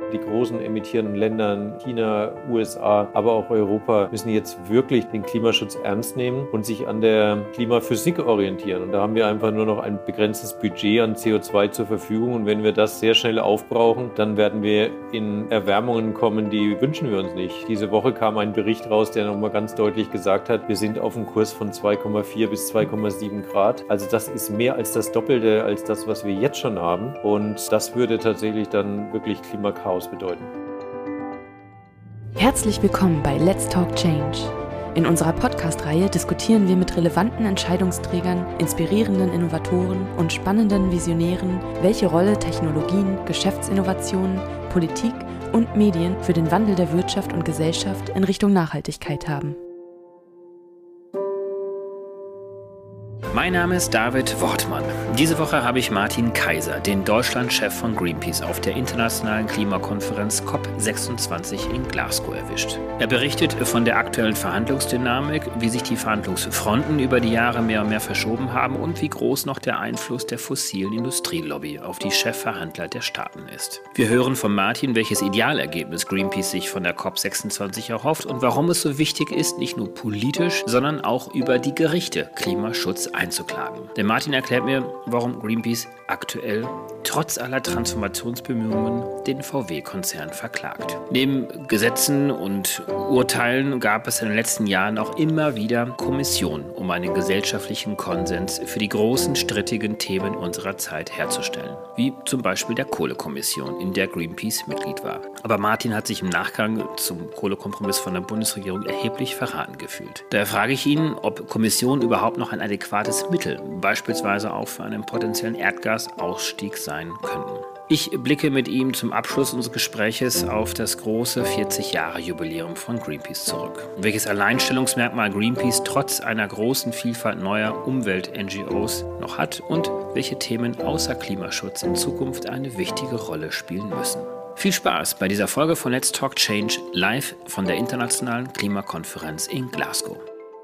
Die großen emittierenden Länder, China, USA, aber auch Europa, müssen jetzt wirklich den Klimaschutz ernst nehmen und sich an der Klimaphysik orientieren. Und da haben wir einfach nur noch ein begrenztes Budget an CO2 zur Verfügung. Und wenn wir das sehr schnell aufbrauchen, dann werden wir in Erwärmungen kommen, die wünschen wir uns nicht. Diese Woche kam ein Bericht raus, der nochmal ganz deutlich gesagt hat, wir sind auf einem Kurs von 2,4 bis 2,7 Grad. Also das ist mehr als das Doppelte als das, was wir jetzt schon haben. Und das würde tatsächlich dann wirklich Klimakaos bedeuten. Herzlich willkommen bei Let's Talk Change. In unserer Podcast-Reihe diskutieren wir mit relevanten Entscheidungsträgern, inspirierenden Innovatoren und spannenden Visionären, welche Rolle Technologien, Geschäftsinnovationen, Politik und Medien für den Wandel der Wirtschaft und Gesellschaft in Richtung Nachhaltigkeit haben. Mein Name ist David Wortmann. Diese Woche habe ich Martin Kaiser, den Deutschlandchef von Greenpeace, auf der internationalen Klimakonferenz COP26 in Glasgow erwischt. Er berichtet von der aktuellen Verhandlungsdynamik, wie sich die Verhandlungsfronten über die Jahre mehr und mehr verschoben haben und wie groß noch der Einfluss der fossilen Industrielobby auf die Chefverhandler der Staaten ist. Wir hören von Martin, welches Idealergebnis Greenpeace sich von der COP26 erhofft und warum es so wichtig ist, nicht nur politisch, sondern auch über die Gerichte Klimaschutz einzuklagen. Denn Martin erklärt mir, warum Greenpeace aktuell trotz aller Transformationsbemühungen den VW-Konzern verklagt. Neben Gesetzen und Urteilen gab es in den letzten Jahren auch immer wieder Kommissionen, um einen gesellschaftlichen Konsens für die großen strittigen Themen unserer Zeit herzustellen. Wie zum Beispiel der Kohlekommission, in der Greenpeace Mitglied war. Aber Martin hat sich im Nachgang zum Kohlekompromiss von der Bundesregierung erheblich verraten gefühlt. Daher frage ich ihn, ob Kommissionen überhaupt noch ein adäquates Mittel, beispielsweise auch für einen potenziellen Erdgasausstieg sein könnten. Ich blicke mit ihm zum Abschluss unseres Gespräches auf das große 40-Jahre-Jubiläum von Greenpeace zurück. Welches Alleinstellungsmerkmal Greenpeace trotz einer großen Vielfalt neuer Umwelt-NGOs noch hat und welche Themen außer Klimaschutz in Zukunft eine wichtige Rolle spielen müssen. Viel Spaß bei dieser Folge von Let's Talk Change live von der internationalen Klimakonferenz in Glasgow.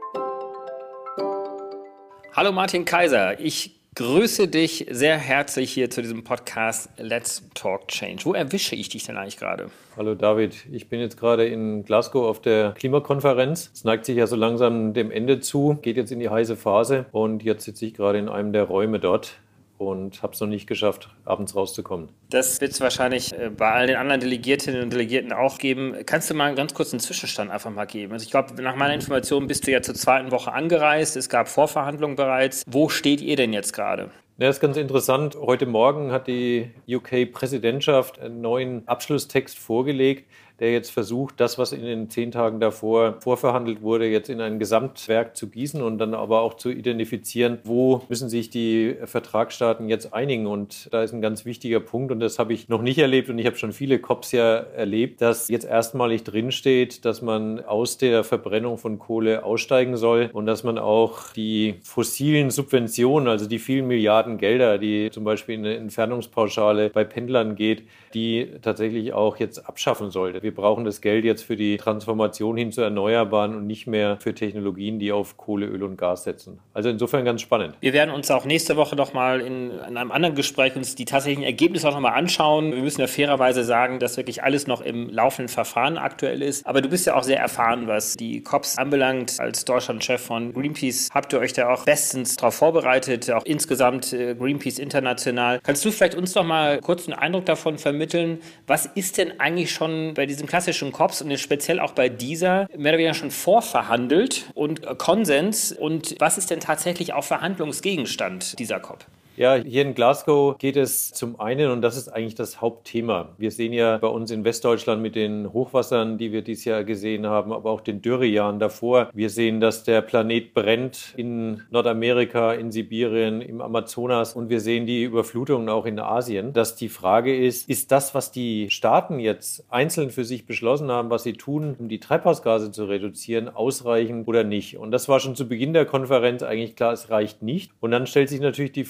Hallo Martin Kaiser, ich grüße dich sehr herzlich hier zu diesem Podcast Let's Talk Change. Wo erwische ich dich denn eigentlich gerade? Hallo David, ich bin jetzt gerade in Glasgow auf der Klimakonferenz. Es neigt sich ja so langsam dem Ende zu, geht jetzt in die heiße Phase und jetzt sitze ich gerade in einem der Räume dort und habe es noch nicht geschafft, abends rauszukommen. Das wird es wahrscheinlich bei all den anderen Delegiertinnen und Delegierten auch geben. Kannst du mal einen ganz kurzen Zwischenstand einfach mal geben? Also ich glaube, nach meiner Information bist du ja zur zweiten Woche angereist. Es gab Vorverhandlungen bereits. Wo steht ihr denn jetzt gerade? Ja, das ist ganz interessant. Heute Morgen hat die UK-Präsidentschaft einen neuen Abschlusstext vorgelegt, der jetzt versucht, das, was in den 10 Tagen davor vorverhandelt wurde, jetzt in ein Gesamtwerk zu gießen und dann aber auch zu identifizieren, wo müssen sich die Vertragsstaaten jetzt einigen. Und da ist ein ganz wichtiger Punkt und das habe ich noch nicht erlebt und ich habe schon viele COPs ja erlebt, dass jetzt erstmalig drinsteht, dass man aus der Verbrennung von Kohle aussteigen soll und dass man auch die fossilen Subventionen, also die vielen Milliarden Gelder, die zum Beispiel in eine Entfernungspauschale bei Pendlern geht, die tatsächlich auch jetzt abschaffen sollte. Wir brauchen das Geld jetzt für die Transformation hin zu Erneuerbaren und nicht mehr für Technologien, die auf Kohle, Öl und Gas setzen. Also insofern ganz spannend. Wir werden uns auch nächste Woche noch mal in einem anderen Gespräch uns die tatsächlichen Ergebnisse auch noch mal anschauen. Wir müssen ja fairerweise sagen, dass wirklich alles noch im laufenden Verfahren aktuell ist. Aber du bist ja auch sehr erfahren, was die COPs anbelangt. Als Deutschlandchef von Greenpeace habt ihr euch da auch bestens darauf vorbereitet, auch insgesamt Greenpeace international. Kannst du vielleicht uns noch mal kurz einen Eindruck davon vermitteln, was ist denn eigentlich schon bei diesen klassischen COPs und speziell auch bei dieser mehr oder weniger schon vorverhandelt und Konsens und was ist denn tatsächlich auch Verhandlungsgegenstand dieser COP? Ja, hier in Glasgow geht es zum einen, und das ist eigentlich das Hauptthema. Wir sehen ja bei uns in Westdeutschland mit den Hochwassern, die wir dieses Jahr gesehen haben, aber auch den Dürrejahren davor. Wir sehen, dass der Planet brennt in Nordamerika, in Sibirien, im Amazonas und wir sehen die Überflutungen auch in Asien. Dass die Frage ist das, was die Staaten jetzt einzeln für sich beschlossen haben, was sie tun, um die Treibhausgase zu reduzieren, ausreichend oder nicht? Und das war schon zu Beginn der Konferenz eigentlich klar, es reicht nicht. Und dann stellt sich natürlich die Frage,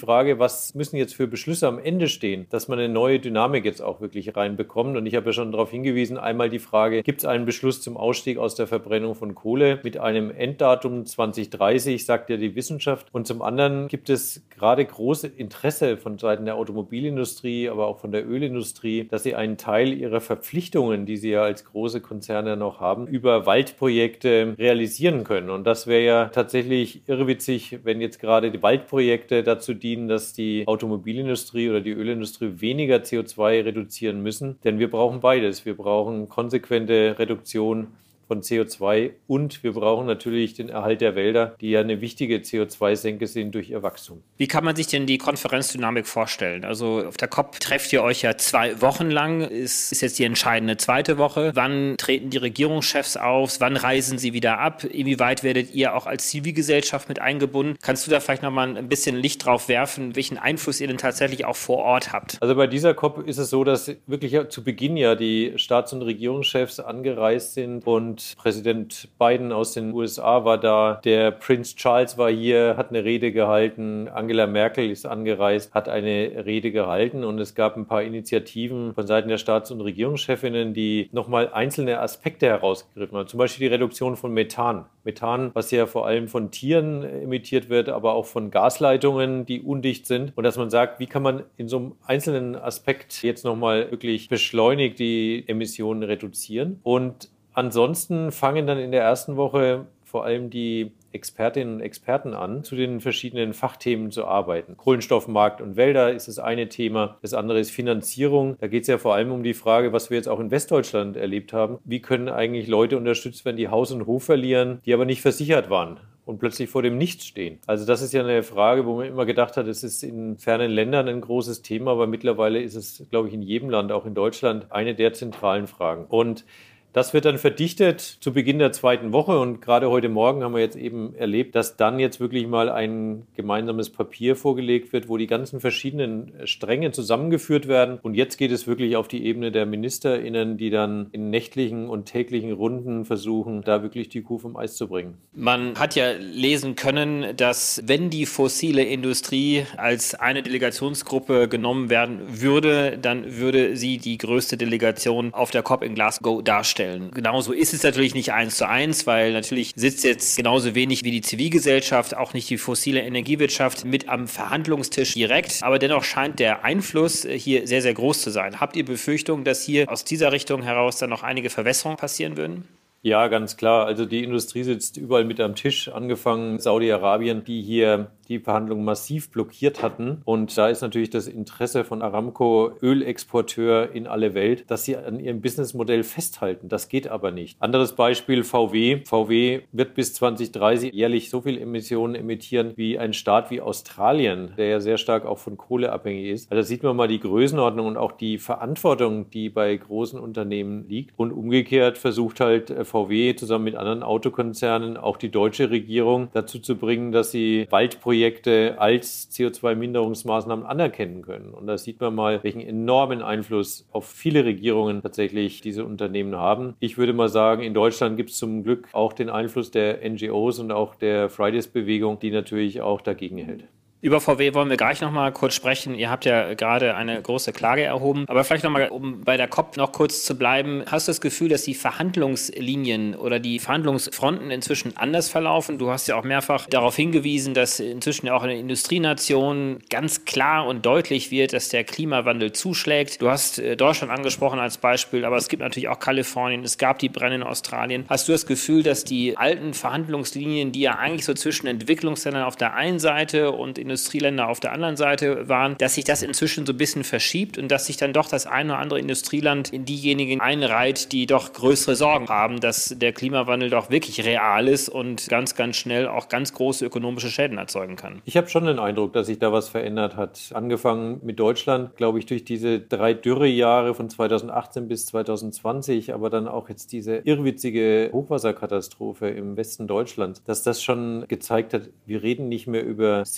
was müssen jetzt für Beschlüsse am Ende stehen, dass man eine neue Dynamik jetzt auch wirklich reinbekommt. Und ich habe ja schon darauf hingewiesen, einmal die Frage, gibt es einen Beschluss zum Ausstieg aus der Verbrennung von Kohle mit einem Enddatum 2030, sagt ja die Wissenschaft. Und zum anderen gibt es gerade große Interesse von Seiten der Automobilindustrie, aber auch von der Ölindustrie, dass sie einen Teil ihrer Verpflichtungen, die sie ja als große Konzerne noch haben, über Waldprojekte realisieren können. Und das wäre ja tatsächlich irrwitzig, wenn jetzt gerade die Waldprojekte dazu dienen, dass die Automobilindustrie oder die Ölindustrie weniger CO2 reduzieren müssen. Denn wir brauchen beides. Wir brauchen konsequente Reduktion von CO2 und wir brauchen natürlich den Erhalt der Wälder, die ja eine wichtige CO2-Senke sind durch ihr Wachstum. Wie kann man sich denn die Konferenzdynamik vorstellen? Also auf der COP trefft ihr euch ja 2 Wochen lang. Ist jetzt die entscheidende zweite Woche. Wann treten die Regierungschefs auf? Wann reisen sie wieder ab? Inwieweit werdet ihr auch als Zivilgesellschaft mit eingebunden? Kannst du da vielleicht nochmal ein bisschen Licht drauf werfen, welchen Einfluss ihr denn tatsächlich auch vor Ort habt? Also bei dieser COP ist es so, dass wirklich zu Beginn ja die Staats- und Regierungschefs angereist sind und Präsident Biden aus den USA war da, der Prinz Charles war hier, hat eine Rede gehalten, Angela Merkel ist angereist, hat eine Rede gehalten und es gab ein paar Initiativen von Seiten der Staats- und Regierungschefinnen, die nochmal einzelne Aspekte herausgegriffen haben, zum Beispiel die Reduktion von Methan. Methan, was ja vor allem von Tieren emittiert wird, aber auch von Gasleitungen, die undicht sind und dass man sagt, wie kann man in so einem einzelnen Aspekt jetzt nochmal wirklich beschleunigt die Emissionen reduzieren. Und ansonsten fangen dann in der ersten Woche vor allem die Expertinnen und Experten an, zu den verschiedenen Fachthemen zu arbeiten. Kohlenstoffmarkt und Wälder ist das eine Thema. Das andere ist Finanzierung. Da geht es ja vor allem um die Frage, was wir jetzt auch in Westdeutschland erlebt haben. Wie können eigentlich Leute unterstützt werden, die Haus und Hof verlieren, die aber nicht versichert waren und plötzlich vor dem Nichts stehen? Also das ist ja eine Frage, wo man immer gedacht hat, es ist in fernen Ländern ein großes Thema, aber mittlerweile ist es, glaube ich, in jedem Land, auch in Deutschland, eine der zentralen Fragen. Und das wird dann verdichtet zu Beginn der zweiten Woche und gerade heute Morgen haben wir jetzt eben erlebt, dass dann jetzt wirklich mal ein gemeinsames Papier vorgelegt wird, wo die ganzen verschiedenen Stränge zusammengeführt werden. Und jetzt geht es wirklich auf die Ebene der MinisterInnen, die dann in nächtlichen und täglichen Runden versuchen, da wirklich die Kuh vom Eis zu bringen. Man hat ja lesen können, dass wenn die fossile Industrie als eine Delegationsgruppe genommen werden würde, dann würde sie die größte Delegation auf der COP in Glasgow darstellen. Genauso ist es natürlich nicht 1:1, weil natürlich sitzt jetzt genauso wenig wie die Zivilgesellschaft, auch nicht die fossile Energiewirtschaft mit am Verhandlungstisch direkt. Aber dennoch scheint der Einfluss hier sehr, sehr groß zu sein. Habt ihr Befürchtungen, dass hier aus dieser Richtung heraus dann noch einige Verwässerungen passieren würden? Ja, ganz klar. Also die Industrie sitzt überall mit am Tisch, angefangen Saudi-Arabien, die hier die Verhandlungen massiv blockiert hatten. Und da ist natürlich das Interesse von Aramco, Ölexporteur in alle Welt, dass sie an ihrem Businessmodell festhalten. Das geht aber nicht. Anderes Beispiel VW. VW wird bis 2030 jährlich so viel Emissionen emittieren wie ein Staat wie Australien, der ja sehr stark auch von Kohle abhängig ist. Also da sieht man mal die Größenordnung und auch die Verantwortung, die bei großen Unternehmen liegt. Und umgekehrt versucht halt VW zusammen mit anderen Autokonzernen auch die deutsche Regierung dazu zu bringen, dass sie Waldprojekte als CO2-Minderungsmaßnahmen anerkennen können. Und da sieht man mal, welchen enormen Einfluss auf viele Regierungen tatsächlich diese Unternehmen haben. Ich würde mal sagen, in Deutschland gibt es zum Glück auch den Einfluss der NGOs und auch der Fridays-Bewegung, die natürlich auch dagegen hält. Über VW wollen wir gleich noch mal kurz sprechen. Ihr habt ja gerade eine große Klage erhoben. Aber vielleicht noch mal, um bei der COP noch kurz zu bleiben. Hast du das Gefühl, dass die Verhandlungslinien oder die Verhandlungsfronten inzwischen anders verlaufen? Du hast ja auch mehrfach darauf hingewiesen, dass inzwischen auch in der Industrienation ganz klar und deutlich wird, dass der Klimawandel zuschlägt. Du hast Deutschland angesprochen als Beispiel, aber es gibt natürlich auch Kalifornien, es gab die Brände in Australien. Hast du das Gefühl, dass die alten Verhandlungslinien, die ja eigentlich so zwischen Entwicklungsländern auf der einen Seite und Industrieländer auf der anderen Seite waren, dass sich das inzwischen so ein bisschen verschiebt und dass sich dann doch das eine oder andere Industrieland in diejenigen einreiht, die doch größere Sorgen haben, dass der Klimawandel doch wirklich real ist und ganz, ganz schnell auch ganz große ökonomische Schäden erzeugen kann? Ich habe schon den Eindruck, dass sich da was verändert hat. Angefangen mit Deutschland, glaube ich, durch diese 3 Dürrejahre von 2018 bis 2020, aber dann auch jetzt diese irrwitzige Hochwasserkatastrophe im Westen Deutschlands, dass das schon gezeigt hat, wir reden nicht mehr über Szenarien,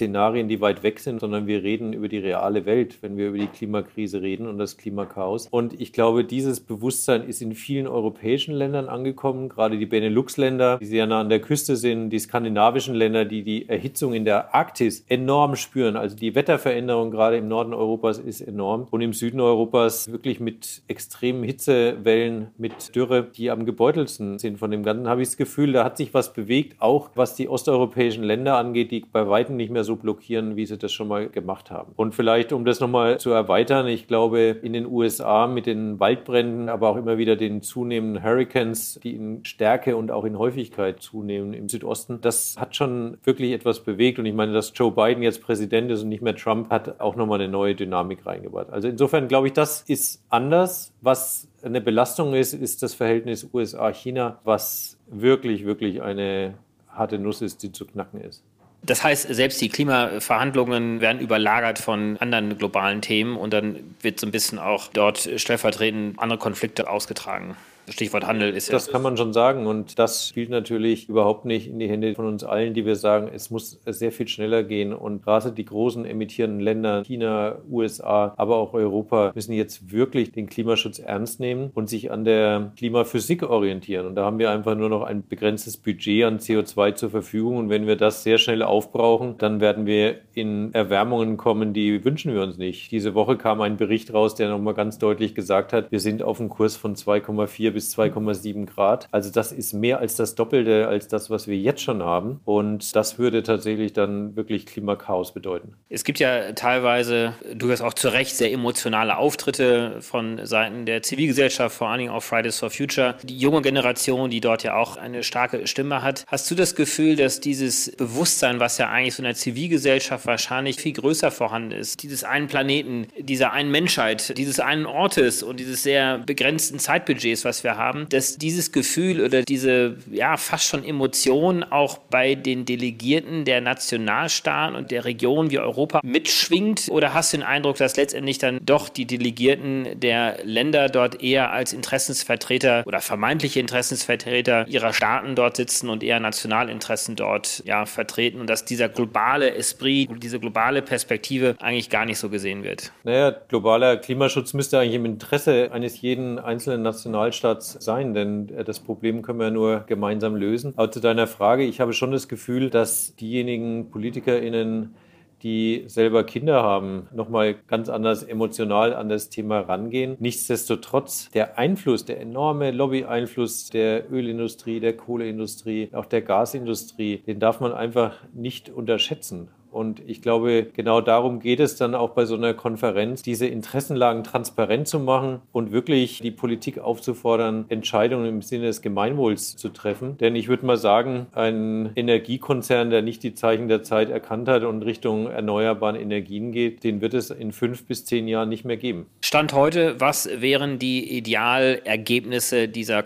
Szenarien, die weit weg sind, sondern wir reden über die reale Welt, wenn wir über die Klimakrise reden und das Klimakaos. Und ich glaube, dieses Bewusstsein ist in vielen europäischen Ländern angekommen, gerade die Benelux-Länder, die sehr nah an der Küste sind, die skandinavischen Länder, die die Erhitzung in der Arktis enorm spüren. Also die Wetterveränderung gerade im Norden Europas ist enorm und im Süden Europas wirklich mit extremen Hitzewellen, mit Dürre, die am gebeutelsten sind von dem Ganzen, habe ich das Gefühl, da hat sich was bewegt, auch was die osteuropäischen Länder angeht, die bei weitem nicht mehr so blockieren, wie sie das schon mal gemacht haben. Und vielleicht, um das nochmal zu erweitern, ich glaube, in den USA mit den Waldbränden, aber auch immer wieder den zunehmenden Hurricanes, die in Stärke und auch in Häufigkeit zunehmen im Südosten, das hat schon wirklich etwas bewegt. Und ich meine, dass Joe Biden jetzt Präsident ist und nicht mehr Trump, hat auch nochmal eine neue Dynamik reingebracht. Also insofern glaube ich, das ist anders. Was eine Belastung ist das Verhältnis USA-China, was wirklich, wirklich eine harte Nuss ist, die zu knacken ist. Das heißt, selbst die Klimaverhandlungen werden überlagert von anderen globalen Themen und dann wird so ein bisschen auch dort stellvertretend andere Konflikte ausgetragen. Stichwort Handel ist ja... Das kann man schon sagen und das spielt natürlich überhaupt nicht in die Hände von uns allen, die wir sagen, es muss sehr viel schneller gehen und gerade die großen emittierenden Länder, China, USA, aber auch Europa, müssen jetzt wirklich den Klimaschutz ernst nehmen und sich an der Klimaphysik orientieren und da haben wir einfach nur noch ein begrenztes Budget an CO2 zur Verfügung und wenn wir das sehr schnell aufbrauchen, dann werden wir in Erwärmungen kommen, die wünschen wir uns nicht. Diese Woche kam ein Bericht raus, der nochmal ganz deutlich gesagt hat, wir sind auf einem Kurs von 2,4 bis 2,7 Grad. Also das ist mehr als das Doppelte als das, was wir jetzt schon haben. Und das würde tatsächlich dann wirklich Klimakaos bedeuten. Es gibt ja teilweise, durchaus auch zu Recht, sehr emotionale Auftritte von Seiten der Zivilgesellschaft, vor allen Dingen auch Fridays for Future. Die junge Generation, die dort ja auch eine starke Stimme hat. Hast du das Gefühl, dass dieses Bewusstsein, was ja eigentlich so in der Zivilgesellschaft wahrscheinlich viel größer vorhanden ist, dieses einen Planeten, dieser einen Menschheit, dieses einen Ortes und dieses sehr begrenzten Zeitbudgets, was wir haben, dass dieses Gefühl oder diese fast schon Emotion auch bei den Delegierten der Nationalstaaten und der Region wie Europa mitschwingt? Oder hast du den Eindruck, dass letztendlich dann doch die Delegierten der Länder dort eher als Interessensvertreter oder vermeintliche Interessensvertreter ihrer Staaten dort sitzen und eher Nationalinteressen dort vertreten und dass dieser globale Esprit, diese globale Perspektive eigentlich gar nicht so gesehen wird? Naja, globaler Klimaschutz müsste eigentlich im Interesse eines jeden einzelnen Nationalstaats sein, denn das Problem können wir nur gemeinsam lösen. Aber zu deiner Frage, ich habe schon das Gefühl, dass diejenigen PolitikerInnen, die selber Kinder haben, nochmal ganz anders emotional an das Thema rangehen. Nichtsdestotrotz, der Einfluss, der enorme Lobby-Einfluss der Ölindustrie, der Kohleindustrie, auch der Gasindustrie, den darf man einfach nicht unterschätzen. Und ich glaube, genau darum geht es dann auch bei so einer Konferenz, diese Interessenlagen transparent zu machen und wirklich die Politik aufzufordern, Entscheidungen im Sinne des Gemeinwohls zu treffen. Denn ich würde mal sagen, ein Energiekonzern, der nicht die Zeichen der Zeit erkannt hat und Richtung erneuerbaren Energien geht, den wird es in 5 bis 10 Jahren nicht mehr geben. Stand heute, was wären die Idealergebnisse dieser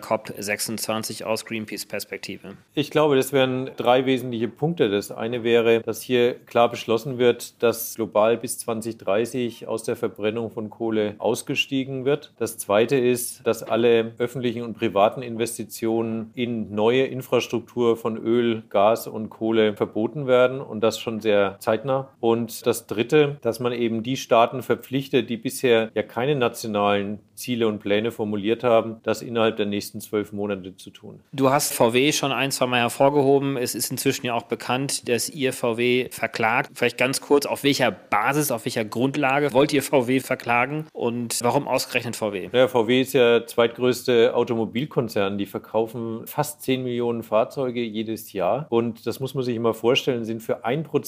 COP26 aus Greenpeace-Perspektive? Ich glaube, das wären 3 wesentliche Punkte. Das eine wäre, dass hier klar beschlossen wird, dass global bis 2030 aus der Verbrennung von Kohle ausgestiegen wird. Das zweite ist, dass alle öffentlichen und privaten Investitionen in neue Infrastruktur von Öl, Gas und Kohle verboten werden und das schon sehr zeitnah. Und das dritte, dass man eben die Staaten verpflichtet, die bisher ja keine nationalen Ziele und Pläne formuliert haben, das innerhalb der nächsten 12 Monate zu tun. Du hast VW schon 1-2 Mal hervorgehoben. Es ist inzwischen ja auch bekannt, dass ihr VW verklagt. Vielleicht ganz kurz, auf welcher Basis, auf welcher Grundlage wollt ihr VW verklagen und warum ausgerechnet VW? Ja, VW ist ja zweitgrößte Automobilkonzern. Die verkaufen fast 10 Millionen Fahrzeuge jedes Jahr. Und das muss man sich immer vorstellen, sind für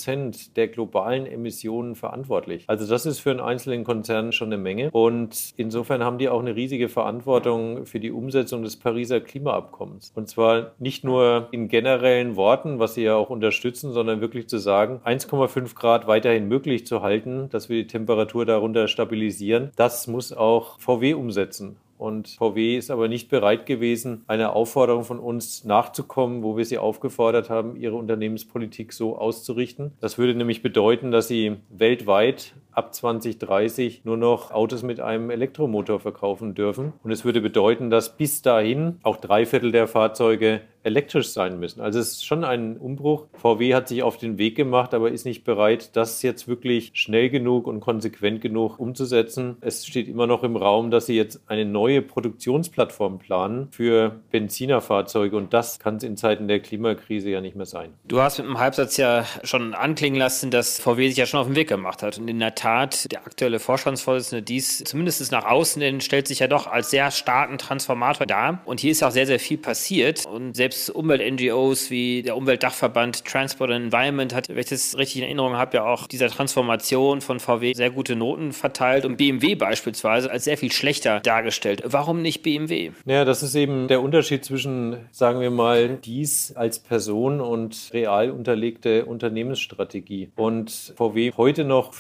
1% der globalen Emissionen verantwortlich. Also das ist für einen einzelnen Konzern schon eine Menge. Und insofern haben die auch eine riesige Verantwortung für die Umsetzung des Pariser Klimaabkommens. Und zwar nicht nur in generellen Worten, was sie ja auch unterstützen, sondern wirklich zu sagen, 1,5 Grad weiterhin möglich zu halten, dass wir die Temperatur darunter stabilisieren. Das muss auch VW umsetzen. Und VW ist aber nicht bereit gewesen, einer Aufforderung von uns nachzukommen, wo wir sie aufgefordert haben, ihre Unternehmenspolitik so auszurichten. Das würde nämlich bedeuten, dass sie weltweit ab 2030 nur noch Autos mit einem Elektromotor verkaufen dürfen. Und es würde bedeuten, dass bis dahin auch 3/4 der Fahrzeuge elektrisch sein müssen. Also es ist schon ein Umbruch. VW hat sich auf den Weg gemacht, aber ist nicht bereit, das jetzt wirklich schnell genug und konsequent genug umzusetzen. Es steht immer noch im Raum, dass sie jetzt eine neue Produktionsplattform planen für Benzinerfahrzeuge und das kann es in Zeiten der Klimakrise ja nicht mehr sein. Du hast mit einem Halbsatz ja schon anklingen lassen, dass VW sich ja schon auf den Weg gemacht hat. Und in der Tat, der aktuelle Vorstandsvorsitzende dies, zumindest nach außen hin, stellt sich ja doch als sehr starken Transformator dar. Und hier ist auch sehr, sehr viel passiert. Und selbst Umwelt-NGOs wie der Umweltdachverband Transport and Environment hat, wenn ich das richtig in Erinnerung habe, ja auch dieser Transformation von VW sehr gute Noten verteilt und BMW beispielsweise als sehr viel schlechter dargestellt. Warum nicht BMW? Ja, das ist eben der Unterschied zwischen, sagen wir mal, dies als Person und real unterlegte Unternehmensstrategie. Und VW heute noch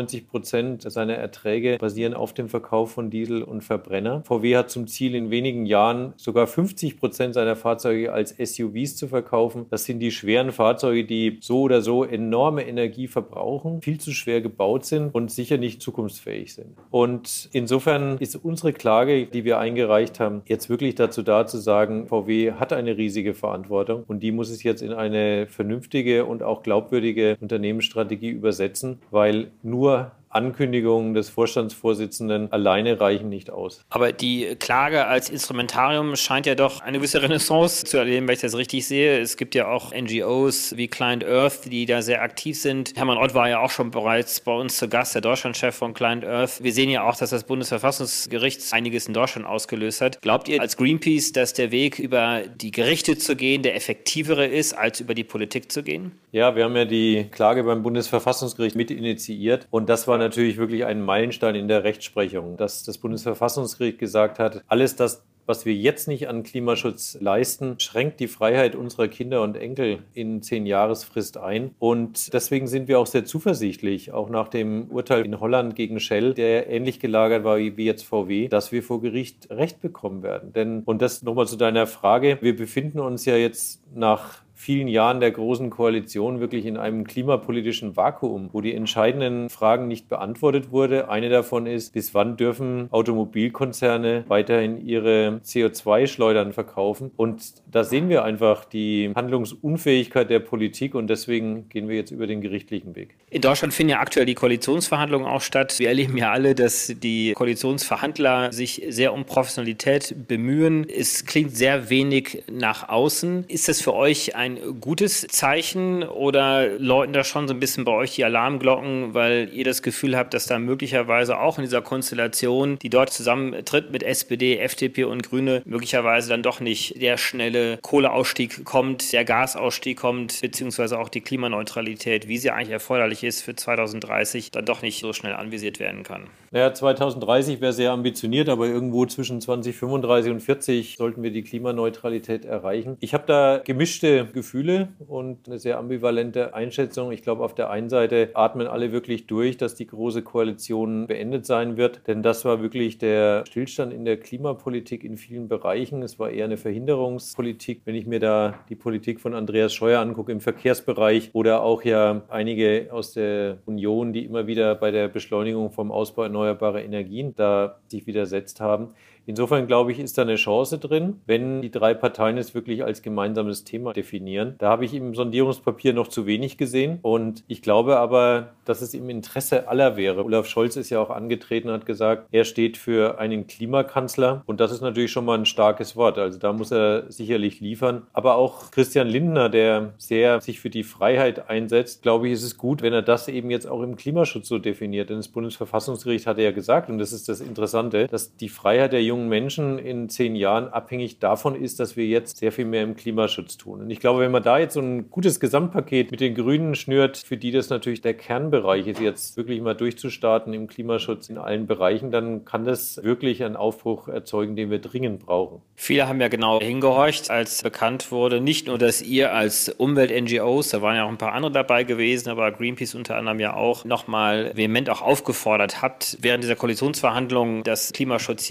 95% seiner Erträge basieren auf dem Verkauf von Diesel und Verbrenner. VW hat zum Ziel, in wenigen Jahren sogar 50% seiner Fahrzeuge als SUVs zu verkaufen. Das sind die schweren Fahrzeuge, die so oder so enorme Energie verbrauchen, viel zu schwer gebaut sind und sicher nicht zukunftsfähig sind. Und insofern ist unsere Klage, die wir eingereicht haben, jetzt wirklich dazu da zu sagen, VW hat eine riesige Verantwortung und die muss es jetzt in eine vernünftige und auch glaubwürdige Unternehmensstrategie übersetzen, weil nur Ankündigungen des Vorstandsvorsitzenden alleine reichen nicht aus. Aber die Klage als Instrumentarium scheint ja doch eine gewisse Renaissance zu erleben, wenn ich das richtig sehe. Es gibt ja auch NGOs wie Client Earth, die da sehr aktiv sind. Hermann Ott war ja auch schon bereits bei uns zu Gast, der Deutschlandchef von Client Earth. Wir sehen ja auch, dass das Bundesverfassungsgericht einiges in Deutschland ausgelöst hat. Glaubt ihr als Greenpeace, dass der Weg über die Gerichte zu gehen, der effektivere ist, als über die Politik zu gehen? Ja, wir haben ja die Klage beim Bundesverfassungsgericht mit initiiert und das war natürlich wirklich ein Meilenstein in der Rechtsprechung, dass das Bundesverfassungsgericht gesagt hat, alles das, was wir jetzt nicht an Klimaschutz leisten, schränkt die Freiheit unserer Kinder und Enkel in 10-Jahresfrist ein. Und deswegen sind wir auch sehr zuversichtlich, auch nach dem Urteil in Holland gegen Shell, der ähnlich gelagert war wie jetzt VW, dass wir vor Gericht Recht bekommen werden. Denn, und das nochmal zu deiner Frage, wir befinden uns ja jetzt nach vielen Jahren der Großen Koalition wirklich in einem klimapolitischen Vakuum, wo die entscheidenden Fragen nicht beantwortet wurde. Eine davon ist, bis wann dürfen Automobilkonzerne weiterhin ihre CO2-Schleudern verkaufen? Und da sehen wir einfach die Handlungsunfähigkeit der Politik und deswegen gehen wir jetzt über den gerichtlichen Weg. In Deutschland finden ja aktuell die Koalitionsverhandlungen auch statt. Wir erleben ja alle, dass die Koalitionsverhandler sich sehr um Professionalität bemühen. Es klingt sehr wenig nach außen. Ist das für euch ein gutes Zeichen oder läuten da schon so ein bisschen bei euch die Alarmglocken, weil ihr das Gefühl habt, dass da möglicherweise auch in dieser Konstellation, die dort zusammentritt mit SPD, FDP und Grüne, möglicherweise dann doch nicht der schnelle Kohleausstieg kommt, der Gasausstieg kommt, beziehungsweise auch die Klimaneutralität, wie sie eigentlich erforderlich ist für 2030, dann doch nicht so schnell anvisiert werden kann? Naja, 2030 wäre sehr ambitioniert, aber irgendwo zwischen 2035 und 40 sollten wir die Klimaneutralität erreichen. Ich habe da gemischte Gefühle und eine sehr ambivalente Einschätzung. Ich glaube, auf der einen Seite atmen alle wirklich durch, dass die Große Koalition beendet sein wird, denn das war wirklich der Stillstand in der Klimapolitik in vielen Bereichen. Es war eher eine Verhinderungspolitik. Wenn ich mir da die Politik von Andreas Scheuer angucke im Verkehrsbereich oder auch ja einige aus der Union, die immer wieder bei der Beschleunigung vom Ausbau erneuerbarer Energien da sich widersetzt haben. Insofern, glaube ich, ist da eine Chance drin, wenn die drei Parteien es wirklich als gemeinsames Thema definieren. Da habe ich im Sondierungspapier noch zu wenig gesehen und ich glaube aber, dass es im Interesse aller wäre. Olaf Scholz ist ja auch angetreten und hat gesagt, er steht für einen Klimakanzler und das ist natürlich schon mal ein starkes Wort. Also da muss er sicherlich liefern. Aber auch Christian Lindner, der sehr sich für die Freiheit einsetzt, glaube ich, ist es gut, wenn er das eben jetzt auch im Klimaschutz so definiert. Denn das Bundesverfassungsgericht hat ja gesagt, und das ist das Interessante, dass die Freiheit der jungen Menschen in 10 Jahren abhängig davon ist, dass wir jetzt sehr viel mehr im Klimaschutz tun. Und ich glaube, wenn man da jetzt so ein gutes Gesamtpaket mit den Grünen schnürt, für die das natürlich der Kernbereich ist, jetzt wirklich mal durchzustarten im Klimaschutz in allen Bereichen, dann kann das wirklich einen Aufbruch erzeugen, den wir dringend brauchen. Viele haben ja genau hingehorcht, als bekannt wurde, nicht nur, dass ihr als Umwelt-NGOs, da waren ja auch ein paar andere dabei gewesen, aber Greenpeace unter anderem ja auch, nochmal vehement auch aufgefordert habt, während dieser Koalitionsverhandlungen, dass Klimaschutz hier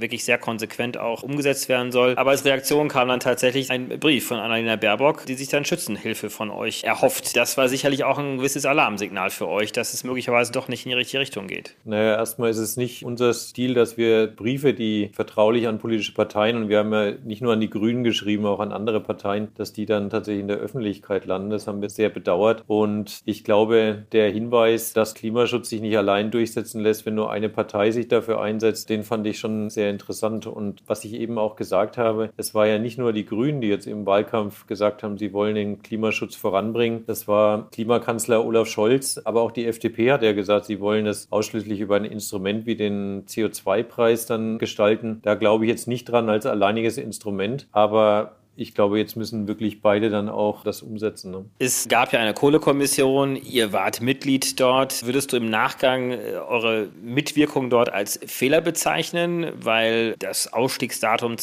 wirklich sehr konsequent auch umgesetzt werden soll. Aber als Reaktion kam dann tatsächlich ein Brief von Annalena Baerbock, die sich dann Schützenhilfe von euch erhofft. Das war sicherlich auch ein gewisses Alarmsignal für euch, dass es möglicherweise doch nicht in die richtige Richtung geht. Naja, erstmal ist es nicht unser Stil, dass wir Briefe, die vertraulich an politische Parteien, und wir haben ja nicht nur an die Grünen geschrieben, auch an andere Parteien, dass die dann tatsächlich in der Öffentlichkeit landen. Das haben wir sehr bedauert. Und ich glaube, der Hinweis, dass Klimaschutz sich nicht allein durchsetzen lässt, wenn nur eine Partei sich dafür einsetzt, den fand ich schon sehr interessant. Und was ich eben auch gesagt habe, es war ja nicht nur die Grünen, die jetzt im Wahlkampf gesagt haben, sie wollen den Klimaschutz voranbringen. Das war Klimakanzler Olaf Scholz, aber auch die FDP hat ja gesagt, sie wollen es ausschließlich über ein Instrument wie den CO2-Preis dann gestalten. Da glaube ich jetzt nicht dran als alleiniges Instrument, aber ich glaube, jetzt müssen wirklich beide dann auch das umsetzen. Ne? Es gab ja eine Kohlekommission, ihr wart Mitglied dort. Würdest du im Nachgang eure Mitwirkung dort als Fehler bezeichnen? Weil das Ausstiegsdatum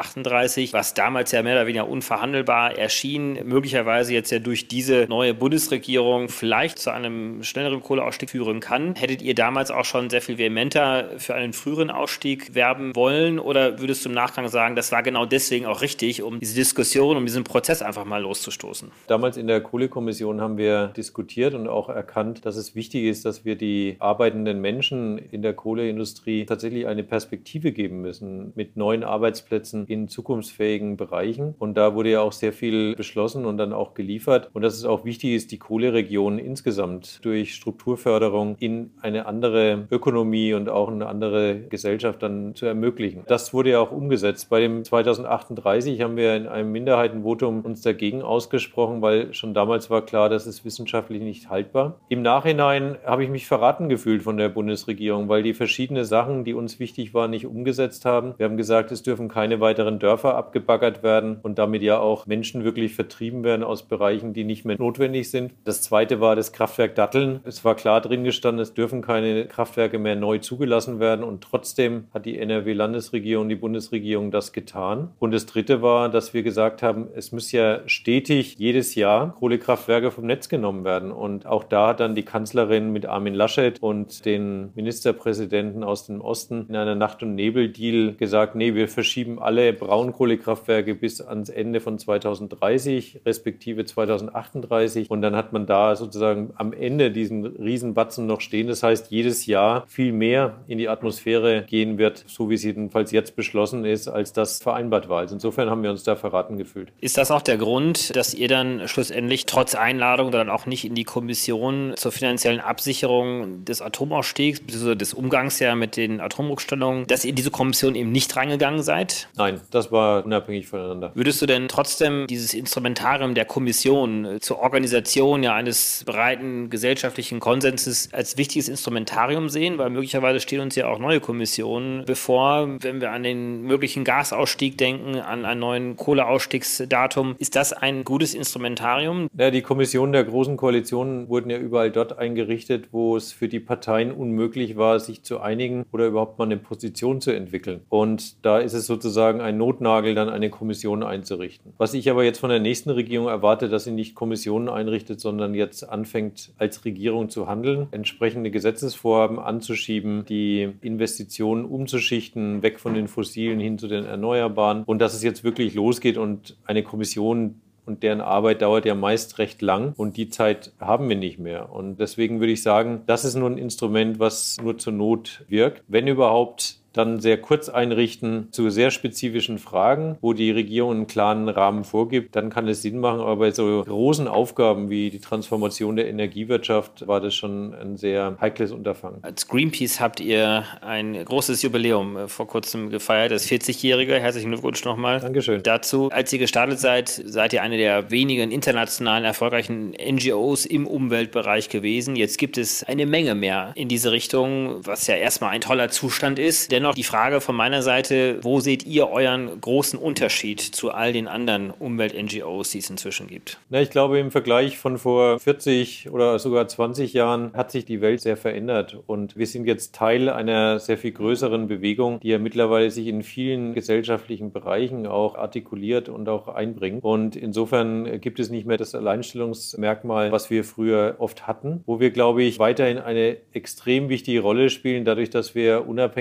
2038, was damals ja mehr oder weniger unverhandelbar erschien, möglicherweise jetzt ja durch diese neue Bundesregierung vielleicht zu einem schnelleren Kohleausstieg führen kann. Hättet ihr damals auch schon sehr viel vehementer für einen früheren Ausstieg werben wollen? Oder würdest du im Nachgang sagen, das war genau deswegen auch richtig, um diese Diskussion, um diesen Prozess einfach mal loszustoßen? Damals in der Kohlekommission haben wir diskutiert und auch erkannt, dass es wichtig ist, dass wir die arbeitenden Menschen in der Kohleindustrie tatsächlich eine Perspektive geben müssen mit neuen Arbeitsplätzen in zukunftsfähigen Bereichen. Und da wurde ja auch sehr viel beschlossen und dann auch geliefert. Und dass es auch wichtig ist, die Kohleregion insgesamt durch Strukturförderung in eine andere Ökonomie und auch eine andere Gesellschaft dann zu ermöglichen. Das wurde ja auch umgesetzt. Bei dem 2038 haben wir in einem Minderheitenvotum uns dagegen ausgesprochen, weil schon damals war klar, das ist wissenschaftlich nicht haltbar. Im Nachhinein habe ich mich verraten gefühlt von der Bundesregierung, weil die verschiedene Sachen, die uns wichtig waren, nicht umgesetzt haben. Wir haben gesagt, es dürfen keine weiteren Dörfer abgebaggert werden und damit ja auch Menschen wirklich vertrieben werden aus Bereichen, die nicht mehr notwendig sind. Das zweite war das Kraftwerk Datteln. Es war klar drin gestanden, es dürfen keine Kraftwerke mehr neu zugelassen werden und trotzdem hat die NRW-Landesregierung, die Bundesregierung das getan. Und das dritte war, dass wir gesagt haben, es muss ja stetig jedes Jahr Kohlekraftwerke vom Netz genommen werden. Und auch da hat dann die Kanzlerin mit Armin Laschet und den Ministerpräsidenten aus dem Osten in einer Nacht- und Nebel-Deal gesagt, nee, wir verschieben alle Braunkohlekraftwerke bis ans Ende von 2030, respektive 2038. Und dann hat man da sozusagen am Ende diesen Riesenbatzen noch stehen. Das heißt, jedes Jahr viel mehr in die Atmosphäre gehen wird, so wie es jedenfalls jetzt beschlossen ist, als das vereinbart war. Also insofern haben wir uns da verraten gefühlt. Ist das auch der Grund, dass ihr dann schlussendlich trotz Einladung dann auch nicht in die Kommission zur finanziellen Absicherung des Atomausstiegs bzw. des Umgangs ja mit den Atomrückstellungen, dass ihr in diese Kommission eben nicht reingegangen seid? Nein, das war unabhängig voneinander. Würdest du denn trotzdem dieses Instrumentarium der Kommission zur Organisation ja eines breiten gesellschaftlichen Konsenses als wichtiges Instrumentarium sehen? Weil möglicherweise stehen uns ja auch neue Kommissionen bevor, wenn wir an den möglichen Gasausstieg denken, an einen neuen Kohleausstiegsdatum. Ist das ein gutes Instrumentarium? Ja, die Kommissionen der Großen Koalitionen wurden ja überall dort eingerichtet, wo es für die Parteien unmöglich war, sich zu einigen oder überhaupt mal eine Position zu entwickeln. Und da ist es sozusagen ein Notnagel, dann eine Kommission einzurichten. Was ich aber jetzt von der nächsten Regierung erwarte, dass sie nicht Kommissionen einrichtet, sondern jetzt anfängt, als Regierung zu handeln, entsprechende Gesetzesvorhaben anzuschieben, die Investitionen umzuschichten, weg von den Fossilen hin zu den Erneuerbaren. Und dass es jetzt wirklich losgeht und eine Kommission und deren Arbeit dauert ja meist recht lang und die Zeit haben wir nicht mehr. Und deswegen würde ich sagen, das ist nur ein Instrument, was nur zur Not wirkt. Wenn überhaupt, dann sehr kurz einrichten zu sehr spezifischen Fragen, wo die Regierung einen klaren Rahmen vorgibt, dann kann es Sinn machen. Aber bei so großen Aufgaben wie die Transformation der Energiewirtschaft war das schon ein sehr heikles Unterfangen. Als Greenpeace habt ihr ein großes Jubiläum vor kurzem gefeiert, das 40-Jährige. Herzlichen Glückwunsch nochmal. Dankeschön. Dazu, als ihr gestartet seid, seid ihr eine der wenigen internationalen erfolgreichen NGOs im Umweltbereich gewesen. Jetzt gibt es eine Menge mehr in diese Richtung, was ja erstmal ein toller Zustand ist. Dennoch die Frage von meiner Seite, wo seht ihr euren großen Unterschied zu all den anderen Umwelt-NGOs, die es inzwischen gibt? Na, ich glaube, im Vergleich von vor 40 oder sogar 20 Jahren hat sich die Welt sehr verändert und wir sind jetzt Teil einer sehr viel größeren Bewegung, die ja mittlerweile sich in vielen gesellschaftlichen Bereichen auch artikuliert und auch einbringt. Und insofern gibt es nicht mehr das Alleinstellungsmerkmal, was wir früher oft hatten, wo wir, glaube ich, weiterhin eine extrem wichtige Rolle spielen, dadurch, dass wir unabhängig von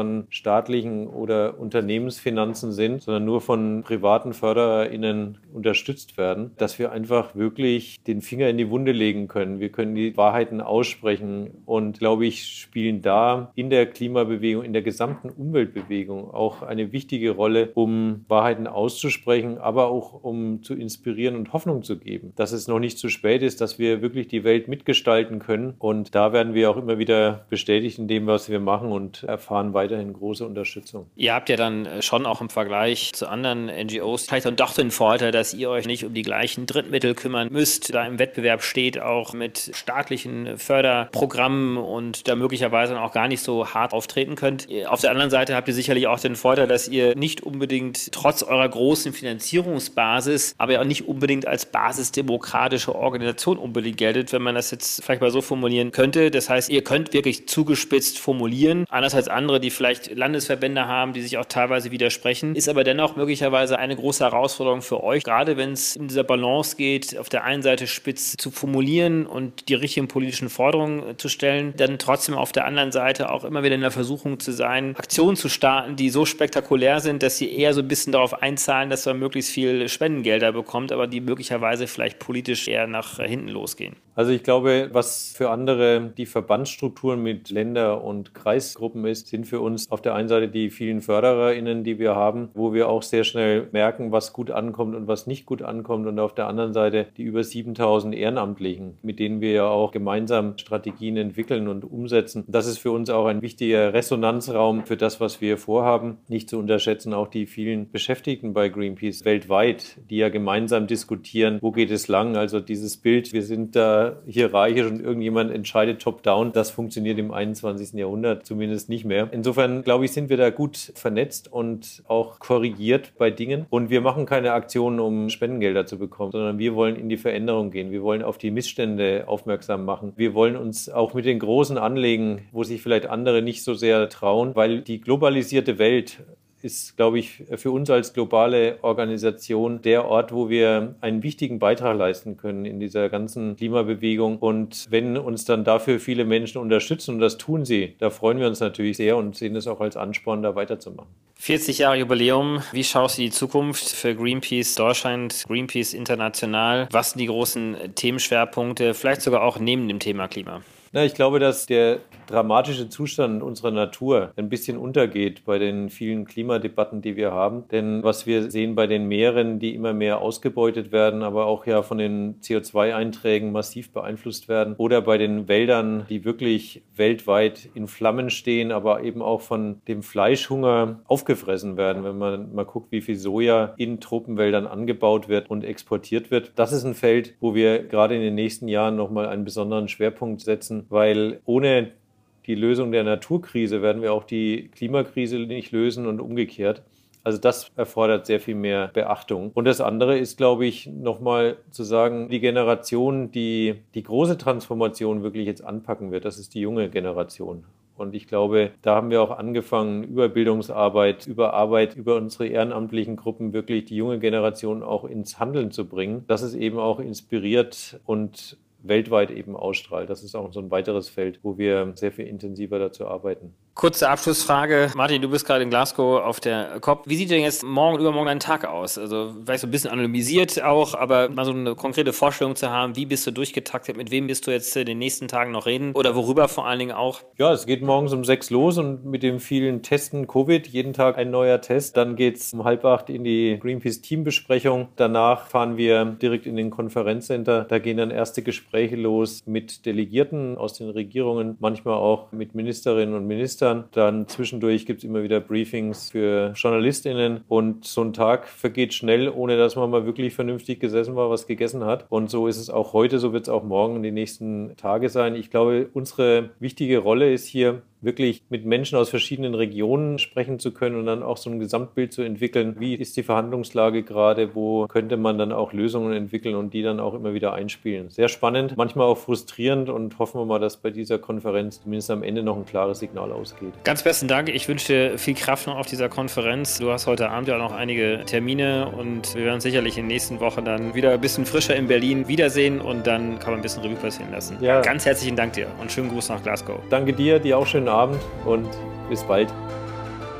von staatlichen oder Unternehmensfinanzen sind, sondern nur von privaten FördererInnen unterstützt werden, dass wir einfach wirklich den Finger in die Wunde legen können. Wir können die Wahrheiten aussprechen und, glaube ich, spielen da in der Klimabewegung, in der gesamten Umweltbewegung auch eine wichtige Rolle, um Wahrheiten auszusprechen, aber auch um zu inspirieren und Hoffnung zu geben, dass es noch nicht zu spät ist, dass wir wirklich die Welt mitgestalten können. Und da werden wir auch immer wieder bestätigt in dem, was wir machen und erfahren weiterhin große Unterstützung. Ihr habt ja dann schon auch im Vergleich zu anderen NGOs vielleicht dann doch den Vorteil, dass ihr euch nicht um die gleichen Drittmittel kümmern müsst, da im Wettbewerb steht, auch mit staatlichen Förderprogrammen und da möglicherweise auch gar nicht so hart auftreten könnt. Auf der anderen Seite habt ihr sicherlich auch den Vorteil, dass ihr nicht unbedingt trotz eurer großen Finanzierungsbasis, aber ja auch nicht unbedingt als basisdemokratische Organisation unbedingt geltet, wenn man das jetzt vielleicht mal so formulieren könnte. Das heißt, ihr könnt wirklich zugespitzt formulieren, anders als andere, die vielleicht Landesverbände haben, die sich auch teilweise widersprechen, ist aber dennoch möglicherweise eine große Herausforderung für euch, gerade wenn es in dieser Balance geht, auf der einen Seite spitz zu formulieren und die richtigen politischen Forderungen zu stellen, dann trotzdem auf der anderen Seite auch immer wieder in der Versuchung zu sein, Aktionen zu starten, die so spektakulär sind, dass sie eher so ein bisschen darauf einzahlen, dass man möglichst viel Spendengelder bekommt, aber die möglicherweise vielleicht politisch eher nach hinten losgehen. Also ich glaube, was für andere die Verbandsstrukturen mit Länder- und Kreisgruppen ist, sind für uns auf der einen Seite die vielen FördererInnen, die wir haben, wo wir auch sehr schnell merken, was gut ankommt und was nicht gut ankommt, und auf der anderen Seite die über 7.000 Ehrenamtlichen, mit denen wir ja auch gemeinsam Strategien entwickeln und umsetzen. Das ist für uns auch ein wichtiger Resonanzraum für das, was wir vorhaben. Nicht zu unterschätzen auch die vielen Beschäftigten bei Greenpeace weltweit, die ja gemeinsam diskutieren, wo geht es lang. Also dieses Bild, wir sind da hierarchisch und irgendjemand entscheidet top-down, das funktioniert im 21. Jahrhundert zumindest nicht mehr. Insofern, glaube ich, sind wir da gut vernetzt und auch korrigiert bei Dingen. Und wir machen keine Aktionen, um Spendengelder zu bekommen, sondern wir wollen in die Veränderung gehen. Wir wollen auf die Missstände aufmerksam machen. Wir wollen uns auch mit den Großen anlegen, wo sich vielleicht andere nicht so sehr trauen, weil die globalisierte Welt ist, glaube ich, für uns als globale Organisation der Ort, wo wir einen wichtigen Beitrag leisten können in dieser ganzen Klimabewegung. Und wenn uns dann dafür viele Menschen unterstützen, und das tun sie, da freuen wir uns natürlich sehr und sehen es auch als Ansporn, da weiterzumachen. 40 Jahre Jubiläum. Wie schaust du die Zukunft für Greenpeace Deutschland, Greenpeace international? Was sind die großen Themenschwerpunkte, vielleicht sogar auch neben dem Thema Klima? Na, ich glaube, dass der dramatische Zustand unserer Natur ein bisschen untergeht bei den vielen Klimadebatten, die wir haben. Denn was wir sehen bei den Meeren, die immer mehr ausgebeutet werden, aber auch ja von den CO2-Einträgen massiv beeinflusst werden, oder bei den Wäldern, die wirklich weltweit in Flammen stehen, aber eben auch von dem Fleischhunger aufgefressen werden, wenn man mal guckt, wie viel Soja in Tropenwäldern angebaut wird und exportiert wird. Das ist ein Feld, wo wir gerade in den nächsten Jahren nochmal einen besonderen Schwerpunkt setzen, weil ohne die Lösung der Naturkrise werden wir auch die Klimakrise nicht lösen und umgekehrt. Also das erfordert sehr viel mehr Beachtung. Und das andere ist, glaube ich, nochmal zu sagen, die Generation, die die große Transformation wirklich jetzt anpacken wird, das ist die junge Generation. Und ich glaube, da haben wir auch angefangen, über Bildungsarbeit, über Arbeit, über unsere ehrenamtlichen Gruppen wirklich die junge Generation auch ins Handeln zu bringen, dass es eben auch inspiriert und weltweit eben ausstrahlt. Das ist auch so ein weiteres Feld, wo wir sehr viel intensiver dazu arbeiten. Kurze Abschlussfrage. Martin, du bist gerade in Glasgow auf der COP. Wie sieht denn jetzt morgen und übermorgen dein Tag aus? Also vielleicht so ein bisschen anonymisiert auch, aber mal so eine konkrete Vorstellung zu haben, wie bist du durchgetaktet, mit wem bist du jetzt in den nächsten Tagen noch reden oder worüber vor allen Dingen auch? Ja, es geht morgens um 6 los und mit dem vielen Testen Covid, jeden Tag ein neuer Test. Dann geht es um 7:30 in die Greenpeace-Teambesprechung. Danach fahren wir direkt in den Konferenzcenter. Da gehen dann erste Gespräche los mit Delegierten aus den Regierungen, manchmal auch mit Ministerinnen und Ministern. Dann zwischendurch gibt es immer wieder Briefings für JournalistInnen und so ein Tag vergeht schnell, ohne dass man mal wirklich vernünftig gesessen war, was gegessen hat. Und so ist es auch heute, so wird es auch morgen die nächsten Tage sein. Ich glaube, unsere wichtige Rolle ist hier, wirklich mit Menschen aus verschiedenen Regionen sprechen zu können und dann auch so ein Gesamtbild zu entwickeln. Wie ist die Verhandlungslage gerade? Wo könnte man dann auch Lösungen entwickeln und die dann auch immer wieder einspielen? Sehr spannend, manchmal auch frustrierend, und hoffen wir mal, dass bei dieser Konferenz zumindest am Ende noch ein klares Signal ausgeht. Ganz besten Dank. Ich wünsche dir viel Kraft noch auf dieser Konferenz. Du hast heute Abend ja auch noch einige Termine und wir werden uns sicherlich in der nächsten Woche dann wieder ein bisschen frischer in Berlin wiedersehen und dann kann man ein bisschen Revue passieren lassen. Ja. Ganz herzlichen Dank dir und schönen Gruß nach Glasgow. Danke dir auch schönen Abend und bis bald.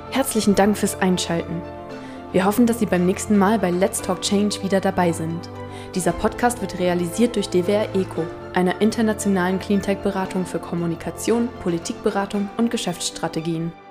Herzlichen Dank fürs Einschalten. Wir hoffen, dass Sie beim nächsten Mal bei Let's Talk Change wieder dabei sind. Dieser Podcast wird realisiert durch DWR ECO, einer internationalen Cleantech-Beratung für Kommunikation, Politikberatung und Geschäftsstrategien.